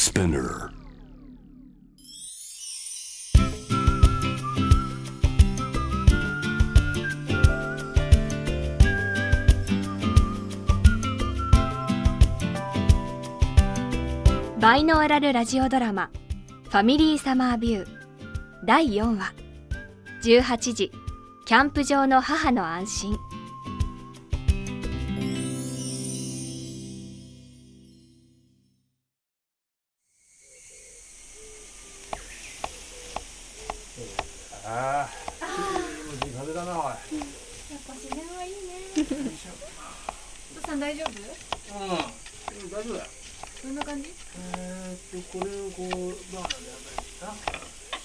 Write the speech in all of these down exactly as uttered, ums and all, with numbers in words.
Spinner. バイノーラルラジオドラマファミリーサマービューだいよんわじゅうはちじキャンプ場の母の安心。 ああ、気持ちいい風だなおい。やっぱ自然はいいね。お父さん大丈夫？ うん、大丈夫だよ。 どんな感じ？ えーっとこれをこうバーナーでやったら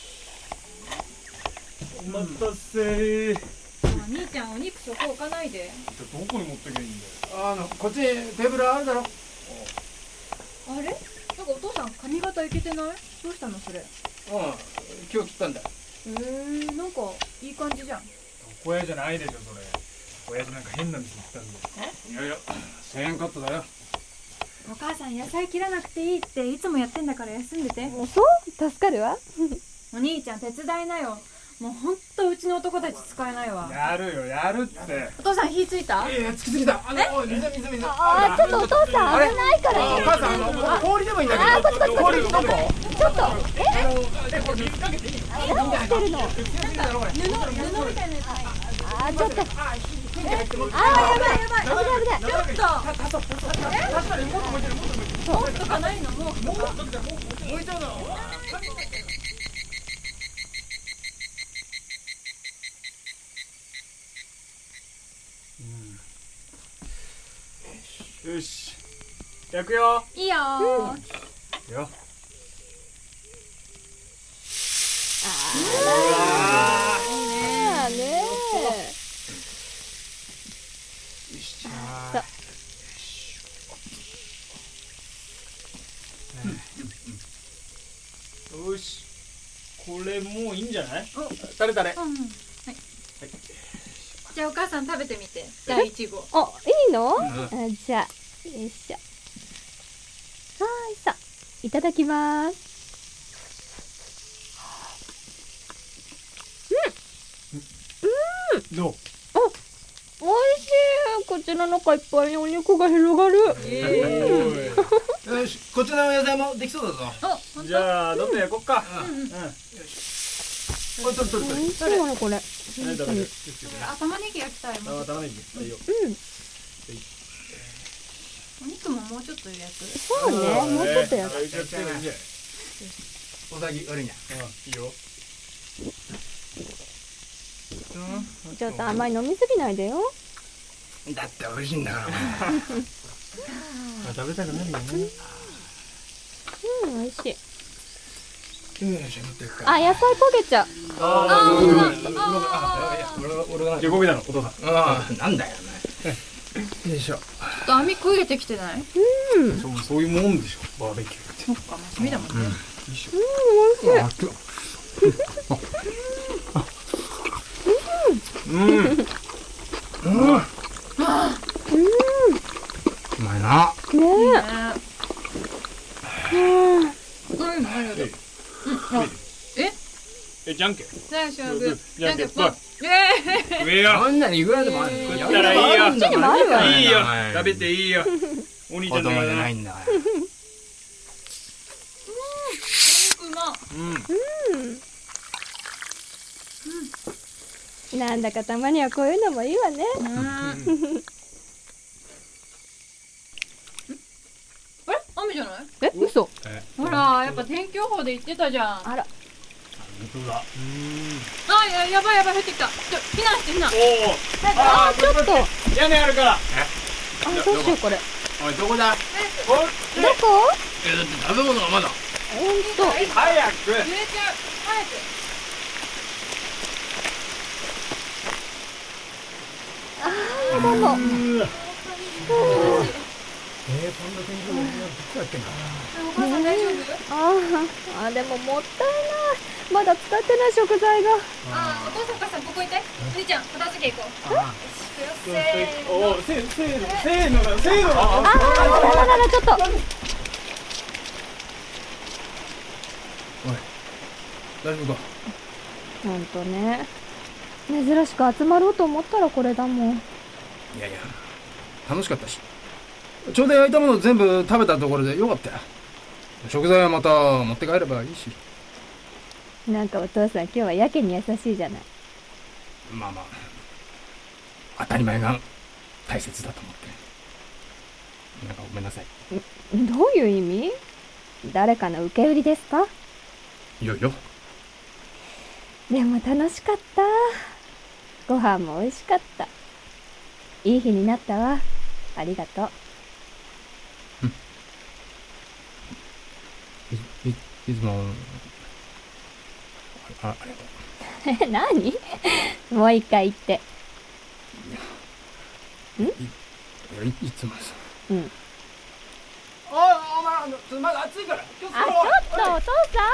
いいな。お待たせー。 あ、兄ちゃんお肉そこ置かないで。 どこに持ってけばいいんだよ。あのこっちにテーブルあるだろ。 あれ？なんかお父さん髪型いけてない？どうしたのそれ？うん、 今日切ったんだよ。 えー、なんかいい感じじゃん。 親じゃないでしょそれ。親父なんか変な店行ったんだよ。え？いやいや、せんえんカットだよ。 お母さん野菜切らなくていいっていつもやってんだから休んでて。 もうそう助かるわ。 お兄ちゃん手伝いなよ。もうほんとうちの男たち使えないわ。 やるよやるって。 お父さん火ついた？ いやいやつきすぎた。あの水水水。 ああ、ちょっとお父さん危ないから。 お母さんあの氷でもいいんだけど。 あ、こっちこっちこっち。 氷どこ？ ちょっとえ？ えこれ水かけていい？ 何してるの？ 布布みたいなやつ。 あ、ちょっと。あ、やばいやばい。危ない危ない。 ちょっと。え？ 確かにもっと向いてるもっと向いてる。 もっとかないのもう。もっと向いちゃうだろ。よし、焼くよ。 いいよー。 よ。 ああ、ねえ。 よし、じゃあ。よし、これもういいんじゃない？タレタレ。 うん、はい。じゃあお母さん食べてみて。だいいち号。 あ、いいの？ うん、 あ、じゃあ、よいしょ。はーい、さ、いただきます。うん。うん。 どう？ おいしい。口の中いっぱいにお肉が広がる。 えー、よし、こちらの野菜もできそうだぞ。じゃあどっと焼こっか。うん。うん。よし。これ取る取る取る。 美味しいわねこれ。 何食べる？ あ、玉ねぎ焼きたい。 あ、玉ねぎ。いいよ。 うん。 お肉ももうちょっと焼く。 そうね、もうちょっと焼く。 おさぎ悪いな。いいよ。 ちょっとあんまり飲みすぎないでよ。 だって美味しいんだから。食べたくなるよね。 うん、美味しい。 あ、 野菜焦げちゃう。 ああ、俺が、俺が、焦げたの、お父さん。ああ、なんだよね。よいしょ。ちょっと網焦げてきてない？ うん。 そう、そういうもんでしょ。バーベキューって。 そっか、休みだもんね。 いいしょ。 うん、美味しい。 うん。うん。うん。うん。うまいな。 ねえ。うん。 うん、ありがとう。え？ え、じゃんけん。 じゃんけん。じゃんけん。ぽい。 ええ。上よ。こんなにいくらでもある。食ったらいいよ。 こっちにもあるわ。 いいよ。食べていいよ。お兄ちゃんのじゃないんだ。 うん。うま。 うん。 うん。なんだかたまにはこういうのもいいわね。 うん。あれ？雨じゃない？ え、嘘。 ほら、やっぱ天気予報で言ってたじゃん。 あら。 本当だ。 あ、や、やばいやばい、降ってきた。ちょ、避難して避難。 おお。 あー、ちょっと。 屋根あるから。 あ、どうしようこれ。 おい、どこだ？ どこ？ え、だって食べ物がまだ。 ほんと。 早く。 揺れちゃう。早く。 あー、でも。 えー、こんな天気予報どこやってんだ。 お母さん大丈夫？ あーあ、でももったいない。まだ使ってない食材が。 あー、お父さんお母さんここいて。お兄ちゃん片付け行こう。 あせーの。 おせせーのせーのだせーのだ。 ああ、あららららちょっと。 大丈夫か。 ほんとね、珍しく集まろうと思ったらこれだもん。 いやいや、楽しかったし、ちょうど焼いたもの全部食べたところでよかったよ。食材はまた持って帰ればいいし。 なんかお父さん今日はやけに優しいじゃない。 まあまあ、当たり前が大切だと思って。なんかごめんなさい。 どういう意味？誰かの受け売りですか？ いやいや。 でも楽しかった。ご飯も美味しかった。いい日になったわ。ありがとう。 うん。い、い、いつも、あ、ありがとう。 え、何？もう一回言って。ん？い、 い、いつもさ。 うん。 おい、お前、まだ暑いから。 あ、ちょっとお父さん。